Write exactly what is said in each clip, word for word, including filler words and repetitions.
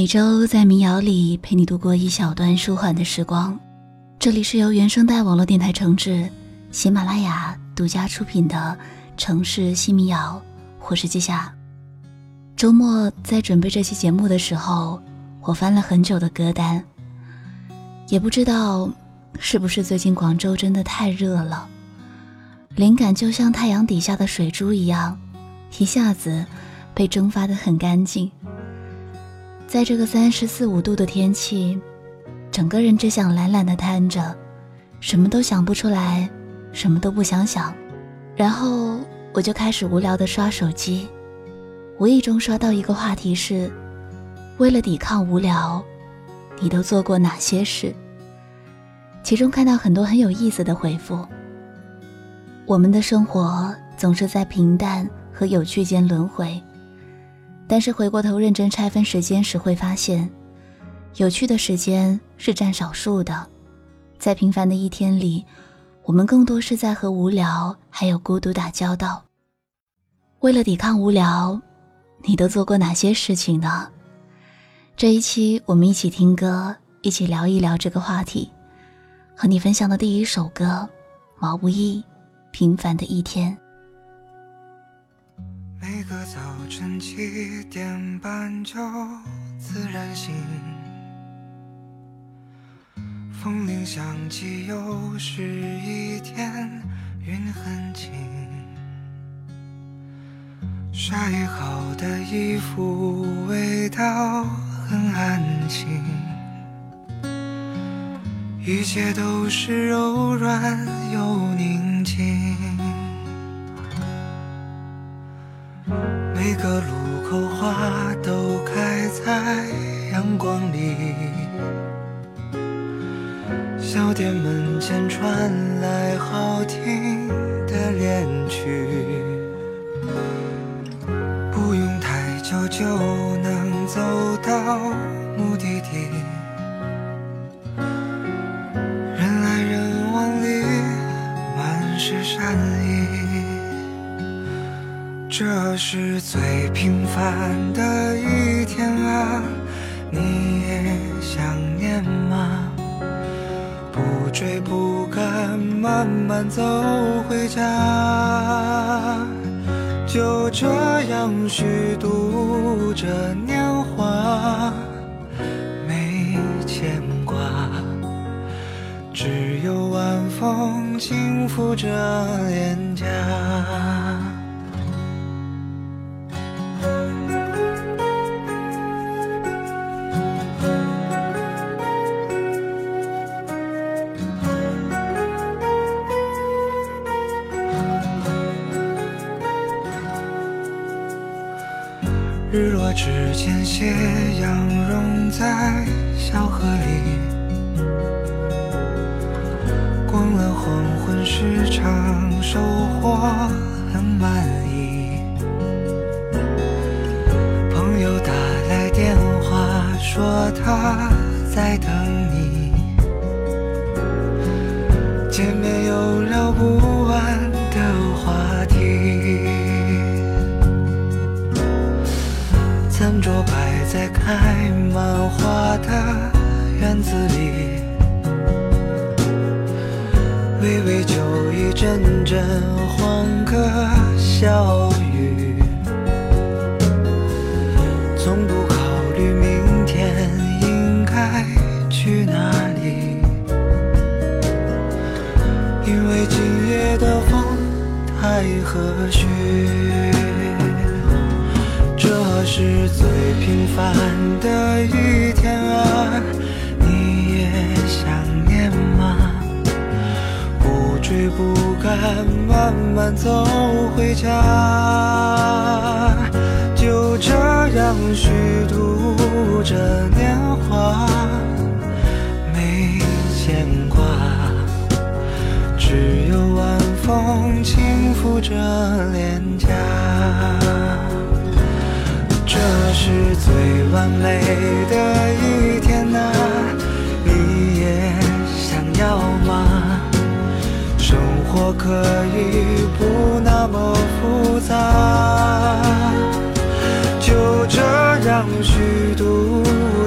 每周在民谣里陪你度过一小段舒缓的时光。这里是由原声带网络电台承制，喜马拉雅独家出品的城市新民谣，我是季夏。周末在准备这期节目的时候，我翻了很久的歌单，也不知道是不是最近广州真的太热了，灵感就像太阳底下的水珠一样，一下子被蒸发得很干净。在这个三十四五度的天气，整个人只想懒懒地瘫着，什么都想不出来，什么都不想想。然后我就开始无聊地刷手机，无意中刷到一个话题是：为了抵抗无聊，你都做过哪些事？其中看到很多很有意思的回复。我们的生活总是在平淡和有趣间轮回，但是回过头认真拆分时间时，会发现有趣的时间是占少数的。在平凡的一天里，我们更多是在和无聊还有孤独打交道。为了抵抗无聊，你都做过哪些事情呢？这一期我们一起听歌，一起聊一聊这个话题。和你分享的第一首歌，毛不易，平凡的一天。 每个早晨七点半就自然醒，风铃响起又是一天，云很轻，晒好的衣服味道很安静，一切都是柔软又宁静，每个路口花都开在阳光里，小店门前传来好听的恋曲，不用太久就能走到目的地，人来人往里满是善意，这是最平凡的一天啊，你也想念吗？不追不赶，慢慢走回家，就这样虚度着年华，没牵挂，只有晚风轻拂着脸颊。日落之前，斜阳融在小河里，逛了黄昏市场，收获很满意。朋友打来电话说他在等你，见面有聊不完的话题。餐桌摆在开满花的院子里，微微酒意，阵阵欢歌笑语，从不考虑明天应该去哪里，因为今夜的风太和煦，这是最平凡的一天啊，你也想念吗？不追不赶，慢慢走回家，就这样虚度着年华，没牵挂，只有晚风轻拂着脸颊。这是最完美的一天啊，你也想要吗？生活可以不那么复杂，就这样虚度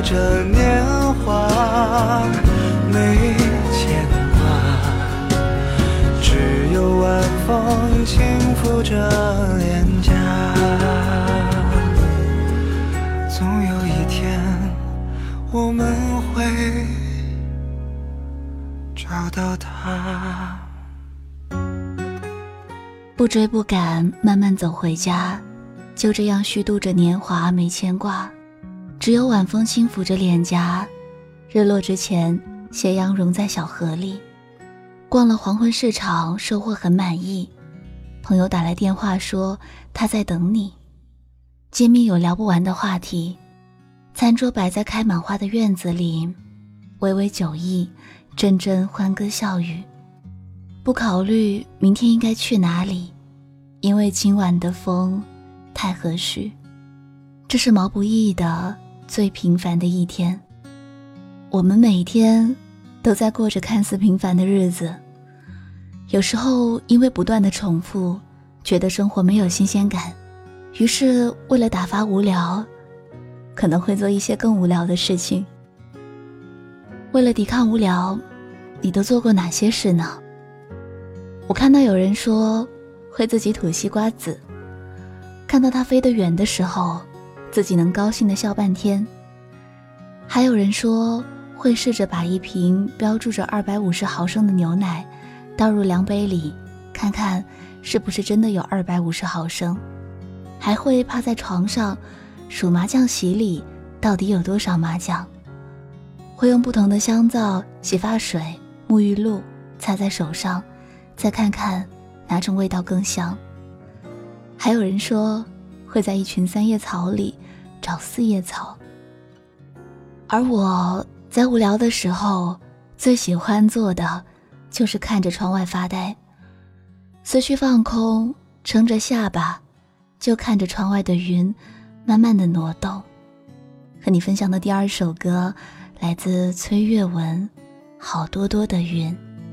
不追不赶，慢慢走回家，就这样虚度着年华，没牵挂。只有晚风轻抚着脸颊，日落之前，斜阳融在小河里。逛了黄昏市场，收获很满意。朋友打来电话说他在等你，见面有聊不完的话题。餐桌摆在开满花的院子里，微微酒意，阵阵欢歌笑语。不考虑明天应该去哪里，因为今晚的风太和煦。这是毛不易的最平凡的一天。我们每天都在过着看似平凡的日子，有时候因为不断的重复，觉得生活没有新鲜感，于是为了打发无聊，可能会做一些更无聊的事情。为了抵抗无聊，你都做过哪些事呢？我看到有人说会自己吐西瓜籽，看到它飞得远的时候，自己能高兴地笑半天。还有人说会试着把一瓶标注着二百五十毫升的牛奶倒入量杯里，看看是不是真的有二百五十毫升。还会趴在床上数麻将席里到底有多少麻将。会用不同的香皂、洗发水、沐浴露擦在手上，再看看哪种味道更香。还有人说会在一群三叶草里找四叶草。而我在无聊的时候最喜欢做的就是看着窗外发呆，思绪放空，撑着下巴，就看着窗外的云慢慢的挪动。和你分享的第二首歌来自崔月文，好多多的云。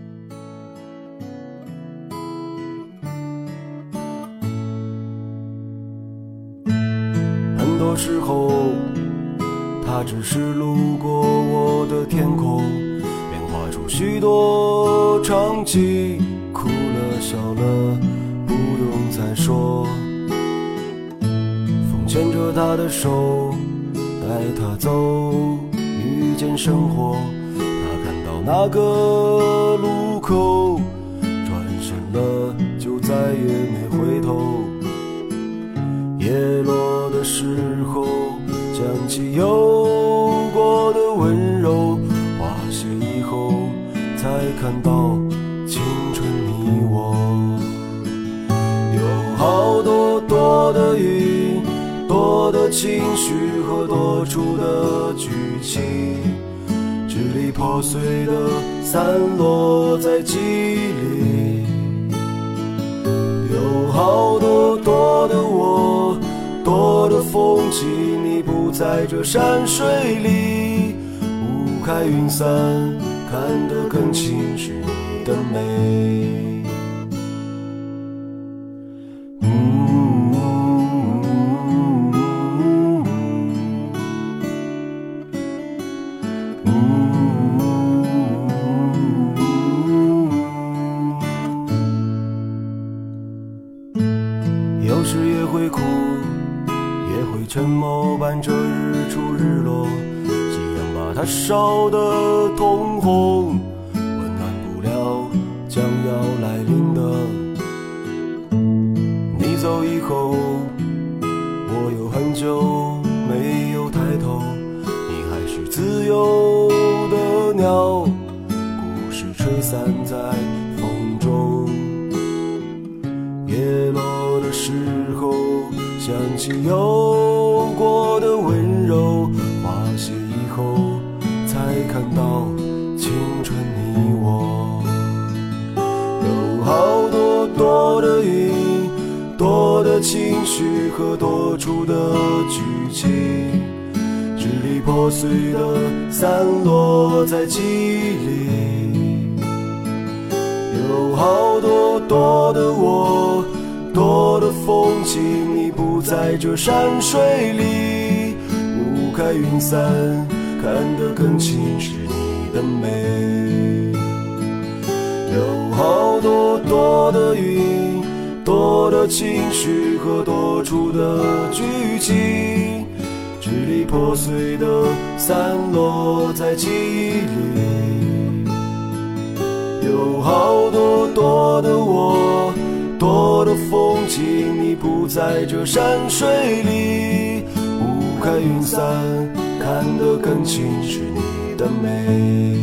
很多时候它只是路过我的天空，变化出许多场景，哭了笑了不用再说。风牵着他的手带他走，遇见生活。他看到那个路口，转身了就再也没回头。叶落的时候想起有过的温柔，花谢以后才看到青春你我。有好多多的云，多的情绪和多处的剧情，支离破碎的散落在记忆里。有好多多的我，多的风景，你不在这山水里。雾开云散，看得更清是你的美。有时也会哭，也会沉默，伴着日出日落，夕阳把它烧得通红，温暖不了将要来临的。你走以后，我有很久没有抬头，你还是自由的鸟，故事吹散在风中。叶落的时候想起有过的温柔，花谢以后才看到青春你我。有好多多的云，多的情绪和多处的剧情，支离破碎的散落在记忆里。有好多多的我，多的风景，你不在这山水里。雾开云散，看得更清是你的美。有好多多的云，多的情绪和多处的剧情，支离破碎的散落在记忆里。有好多多的我， 多的风景，你不在这山水里。雾开云散，看得更清是你的美。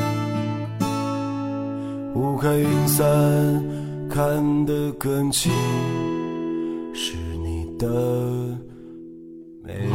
雾开云散，看得更清是你的美。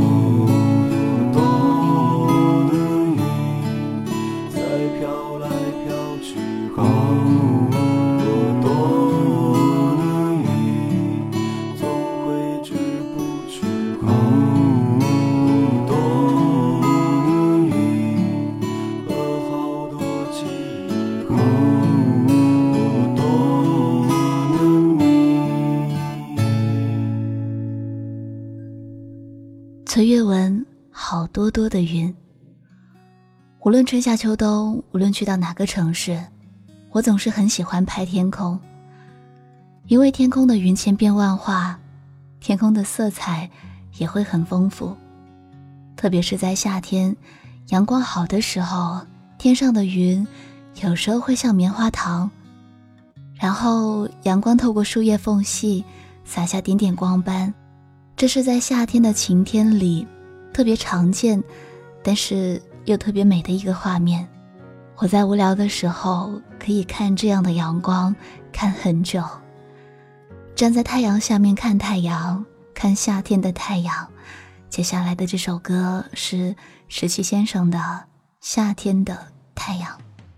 崔月文，好多多的云。无论春夏秋冬，无论去到哪个城市，我总是很喜欢拍天空，因为天空的云千变万化，天空的色彩也会很丰富。特别是在夏天，阳光好的时候，天上的云有时候会像棉花糖，然后阳光透过树叶缝隙洒下点点光斑，这是在夏天的晴天里特别常见，但是又特别美的一个画面。我在无聊的时候可以看这样的阳光，看很久。站在太阳下面看太阳，看夏天的太阳。接下来的这首歌是石岐先生的《夏天的太阳》。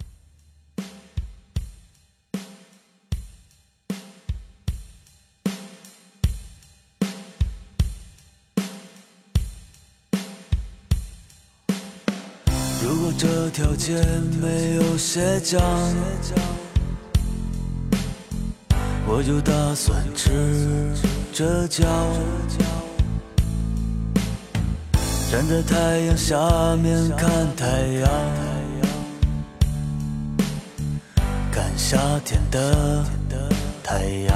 如果这条街没有鞋匠，我就打算吃着脚，站在太阳下面看太阳，看夏天的太阳。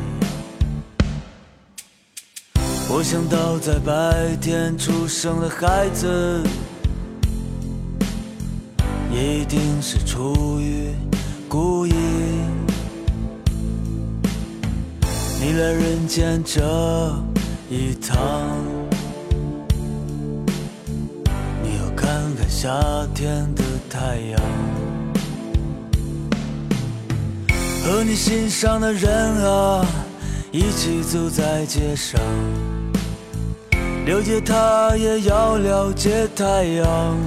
我想到在白天出生的孩子，一定是出于故意。你来人间这一趟，你要看看夏天的太阳。和你心上的人啊，一起走在街上，了解他也要了解太阳。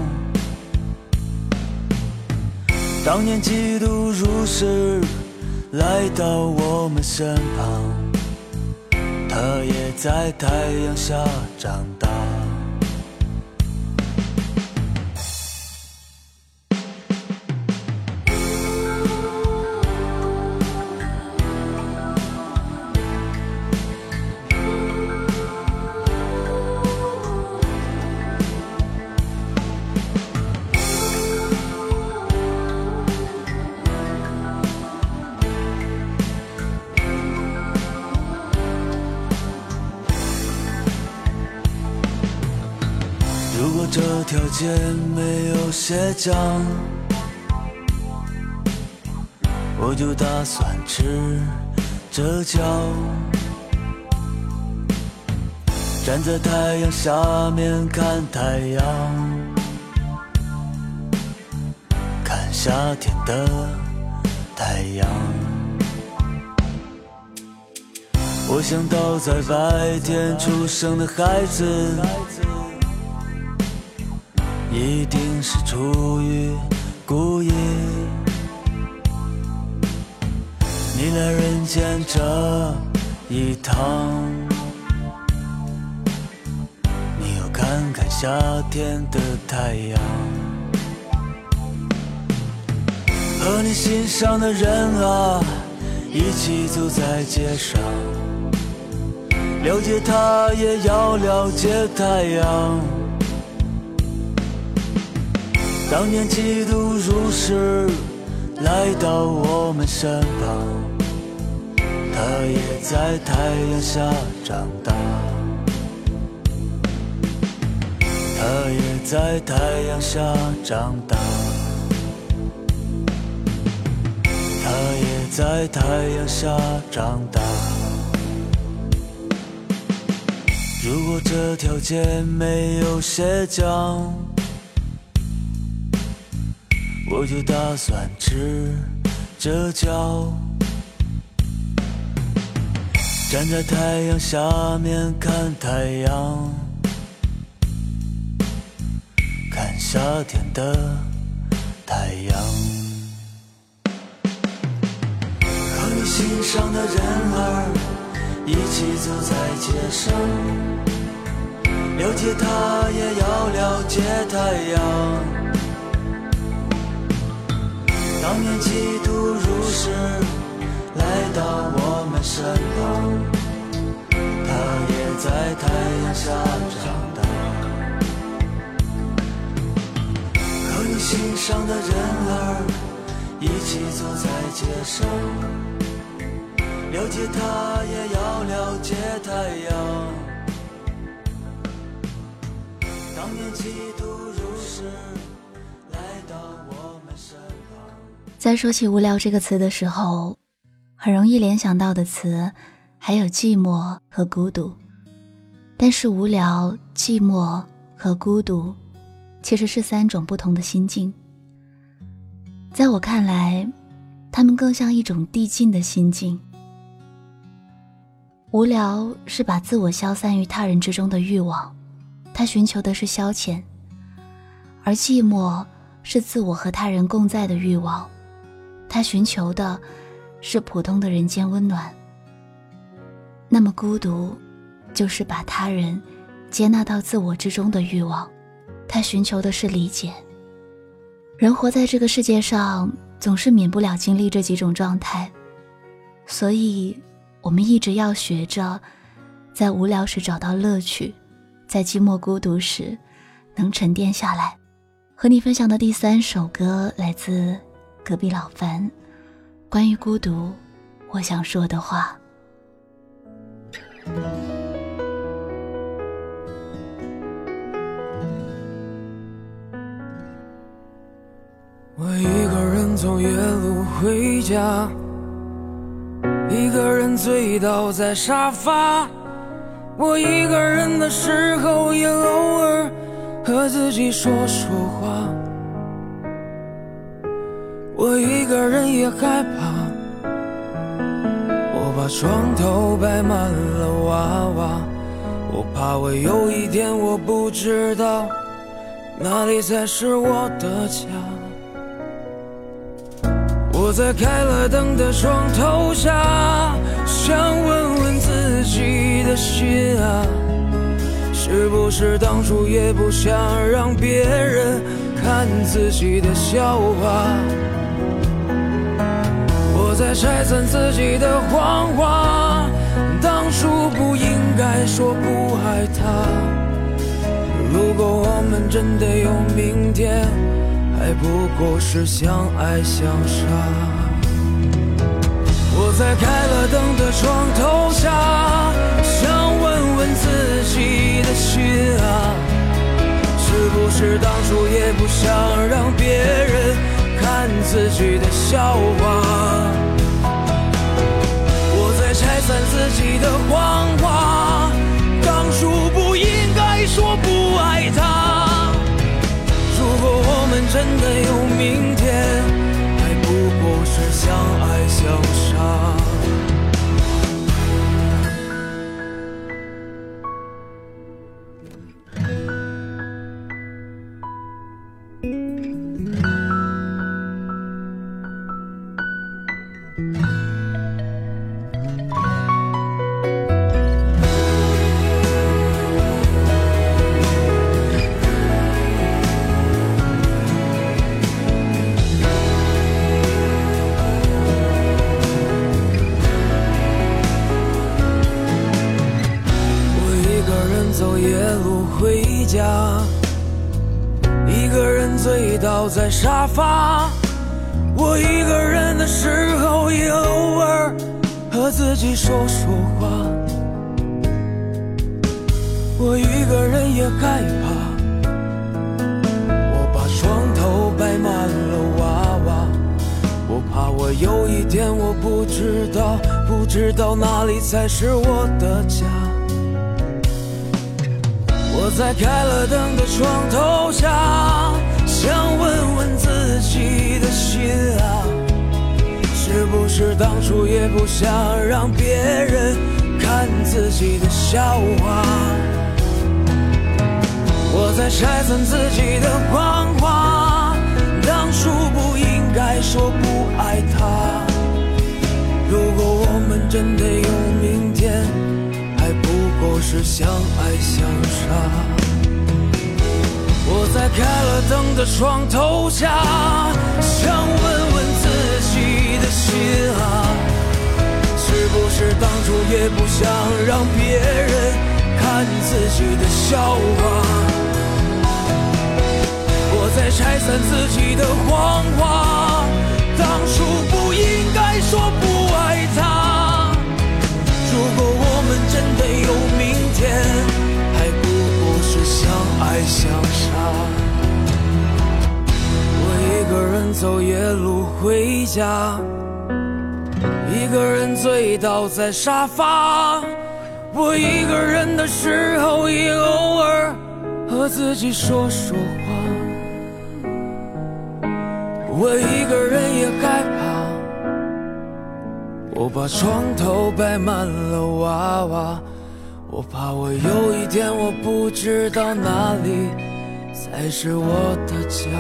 当年基督如是来到我们身旁，他也在太阳下长大。如果这条街没有鞋匠，我就打算吃着脚，站在太阳下面看太阳，看夏天的太阳。我想到在白天出生的孩子，一定是出于故意。你来人间这一趟，你要看看夏天的太阳。和你心上的人啊，一起走在街上，了解他也要了解太阳。当年基督如是来到我们身旁，他也在太阳下长大，他也在太阳下长大，他也在太阳下长大。如果这条街没有鞋匠，我就打算吃着脚，站在太阳下面看太阳，看夏天的太阳。和你心上的人儿一起走在街上，了解他也要了解太阳。当年嫉妒如是来到我们身旁，他也在太阳下长大。和你心上的人儿一起走在街上，了解他也要了解太阳。当年嫉妒如是来到我们身旁。 在说起无聊这个词的时候，很容易联想到的词还有寂寞和孤独。但是无聊、寂寞和孤独其实是三种不同的心境。在我看来，它们更像一种递进的心境。无聊是把自我消散于他人之中的欲望，它寻求的是消遣；而寂寞是自我和他人共在的欲望，它寻求的是普通的人间温暖。那么孤独就是把他人接纳到自我之中的欲望，它寻求的是理解。人活在这个世界上，总是免不了经历这几种状态，所以我们一直要学着在无聊时找到乐趣，在寂寞孤独时能沉淀下来。和你分享的第三首歌来自隔壁老樊，关于孤独我想说的话。 我一个人从夜路回家，一个人醉倒在沙发。我一个人的时候也偶尔和自己说说话。我一个人也害怕，我把床头摆满了娃娃，我怕我有一天我不知道哪里才是我的家。我在开了灯的床头下，想问问自己的心啊，是不是当初也不想让别人看自己的笑话。我在拆散自己的谎话，当初不应该说不爱他。如果我们真的有明天，还不过是相爱相杀。我在开了灯的床头下，想问问自己的心啊，是不是当初也不想让别人看自己的笑话。我在拆散自己的谎话，当初不应该说不爱他。如果我们真的有明天，还不过是相爱相杀。走夜路回家，一个人醉倒在沙发。我一个人的时候也偶尔和自己说说话。我一个人也害怕，我把床头摆满了娃娃，我怕我我有一天我不知道，不知道哪里才是我的家。我在开了灯的床头下，想问问自己的心啊，是不是当初也不想让别人看自己的笑话。我在拆散自己的谎话，当初不应该说不爱他。如果我们真的有明天，还不过是相爱相杀。我在开了灯的床头下，想问问自己的心啊，是不是当初也不想让别人看自己的笑话。我在拆散自己的谎话，当初不应该说不爱他。如果我们真的有明天，还不过是相爱相杀。我一个人走夜路回家，一个人醉倒在沙发。我一个人的时候，也偶尔和自己说说话。我一个人也害怕，我把床头摆满了娃娃，我怕我有一天我不知道哪里才是我的家。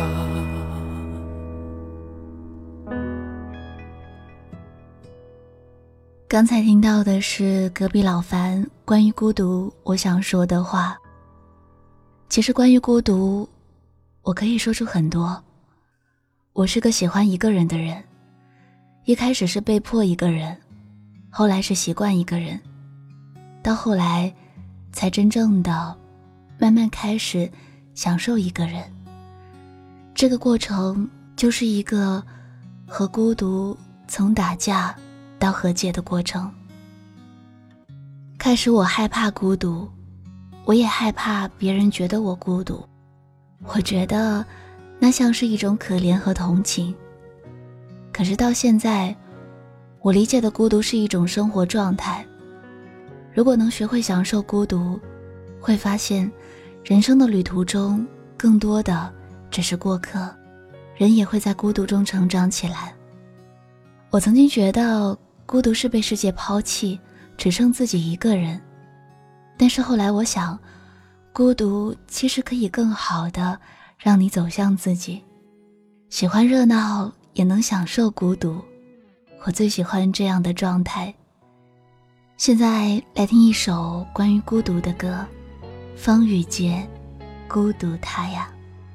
刚才听到的是隔壁老樊关于孤独我想说的话。其实关于孤独，我可以说出很多。我是个喜欢一个人的人，一开始是被迫一个人，后来是习惯一个人，到后来才真正的慢慢开始享受一个人。这个过程就是一个和孤独从打架到和解的过程。开始我害怕孤独，我也害怕别人觉得我孤独，我觉得那像是一种可怜和同情。可是到现在，我理解的孤独是一种生活状态。如果能学会享受孤独，会发现人生的旅途中更多的只是过客，人也会在孤独中成长起来。我曾经觉得孤独是被世界抛弃，只剩自己一个人。但是后来我想，孤独其实可以更好的让你走向自己。喜欢热闹也能享受孤独，我最喜欢这样的状态。现在来听一首关于孤独的歌，方宇杰，孤独他呀。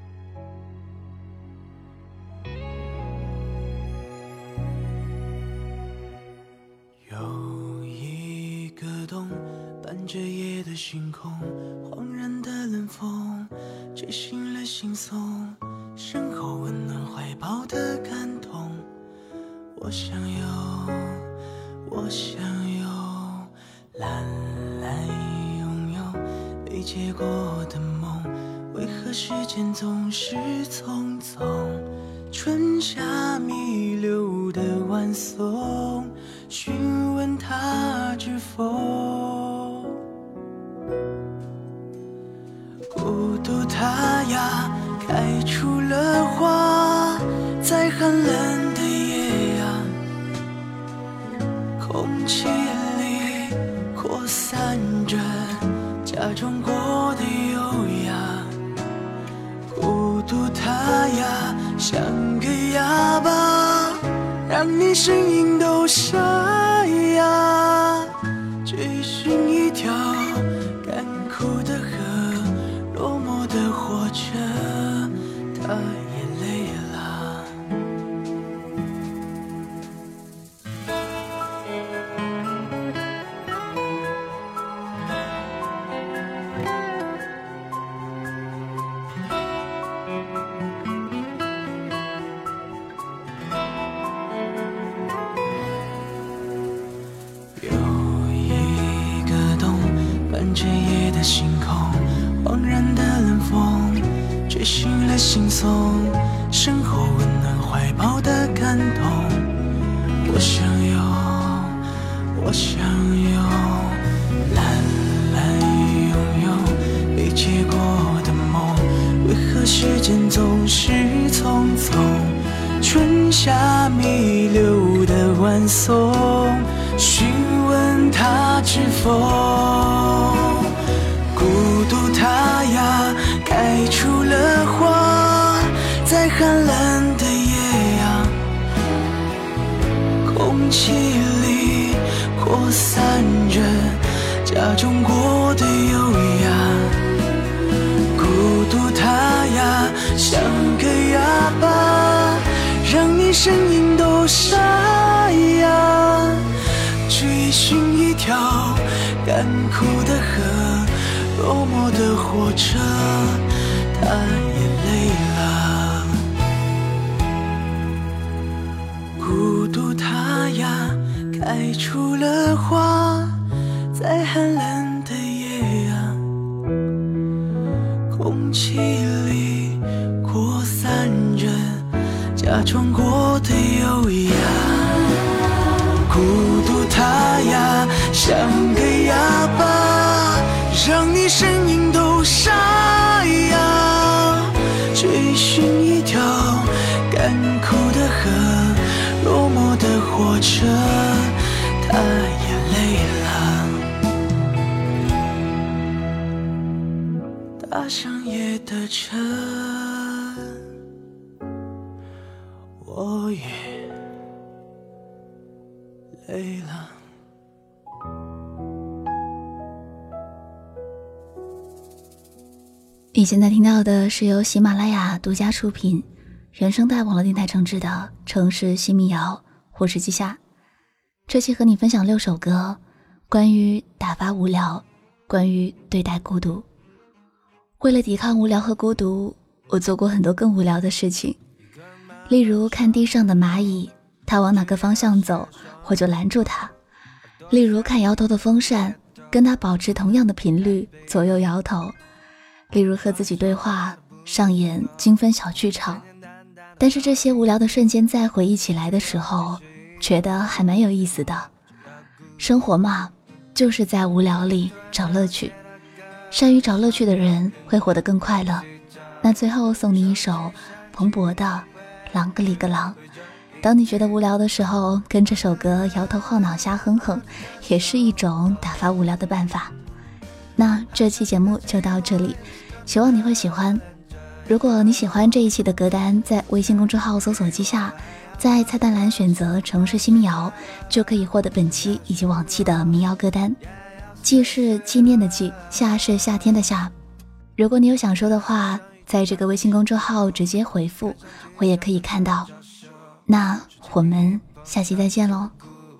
有一个洞，伴着夜的星空，恍然的冷风吹醒了心松，身后温暖怀抱的感动。我想有，我想有，蓝蓝拥有没结果的梦，为何时间总是匆匆？春夏弥留的晚松，询问他知否？孤独它呀，开出了花，在寒冷的夜呀，空气里扩散着假装过的优雅。孤独它呀，像个哑巴，让你声音都沙哑。追寻一条干枯的河，落寞的火车，它也累了。有一个洞，伴着夜的星空，恍然的冷风吹醒了心松，身后温暖怀抱的感动。 我想要，我想要蓝蓝拥有没结果的梦，为何时间总是匆匆，春夏弥留的晚松，询问他知否，孤独它呀开出了花，在寒冷的夜呀，空气里扩散着家中过的优雅，孤独它呀像个哑巴，让你声音都沙哑，追寻一条干枯的河，落寞的火车，它也累了。孤独它呀开出了花，在寒冷的夜啊，空气里扩散着假装过的优雅，孤独它呀像个哑巴，让你声音都沙哑，追寻一条干枯的河，落寞的火车，它也累了，搭上夜的车，我也累了。 你现在听到的是由喜马拉雅独家出品，原声带网络电台承制的城市新民谣，我是季夏。这期和你分享六首歌，关于打发无聊，关于对待孤独。为了抵抗无聊和孤独，我做过很多更无聊的事情，例如看地上的蚂蚁，它往哪个方向走，我就拦住它；例如看摇头的风扇，跟它保持同样的频率，左右摇头；例如和自己对话，上演精分小剧场。但是这些无聊的瞬间再回忆起来的时候，觉得还蛮有意思的。生活嘛，就是在无聊里找乐趣，善于找乐趣的人会活得更快乐。那最后送你一首蓬勃的《啷个里个啷》，当你觉得无聊的时候，跟这首歌摇头晃脑瞎哼哼，也是一种打发无聊的办法。那这期节目就到这里，希望你会喜欢。如果你喜欢这一期的歌单，在微信公众号搜索季夏，在菜单栏选择城市新民谣，就可以获得本期以及往期的民谣歌单。季是纪念的季，夏是夏天的夏。如果你有想说的话，在这个微信公众号直接回复，我也可以看到。那我们下期再见咯。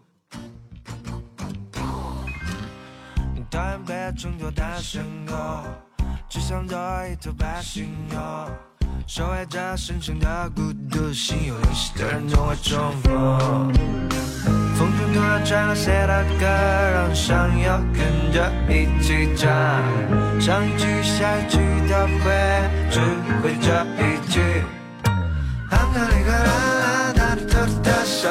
导演被众多大声哦，只想做一头白犀牛，守卫着深深的孤独，心有灵犀的人总会重逢。风中突然传来谁的歌，让人想要跟着一起唱，上一句下一句都会，只会这一句。啷个里个啷啷，他的头的手，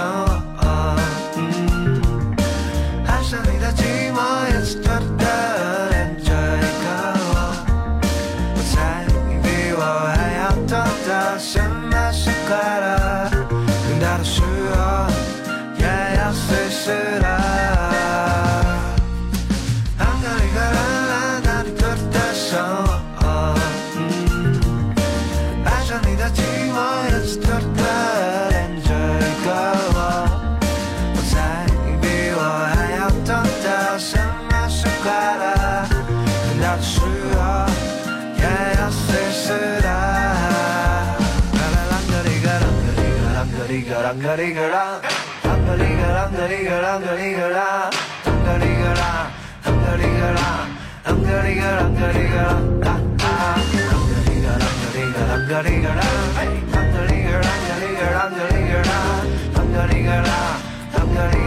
嗯，爱上你的寂寞也是偷偷的连着一个我，我猜你比我还要懂得什么是快乐，更大的时候也要随时的。啷个里个啷啷，他的头的手，嗯，爱上你的寂寞也是偷偷的连着一个我，我猜你比我还要懂得什么是快乐，更大的时候也要随时的。啷个里个啷个里个啷个里个啷个里个啷，啷个里个啷个里个啷个里个啷，啷个里个啷，啷个里个啷，啷个里个啷个里个啷，啊啊，啷个里个啷个里个啷个里个啷，啷个里个啷个里个啷个里个啷，啷个里个啷，啷个里。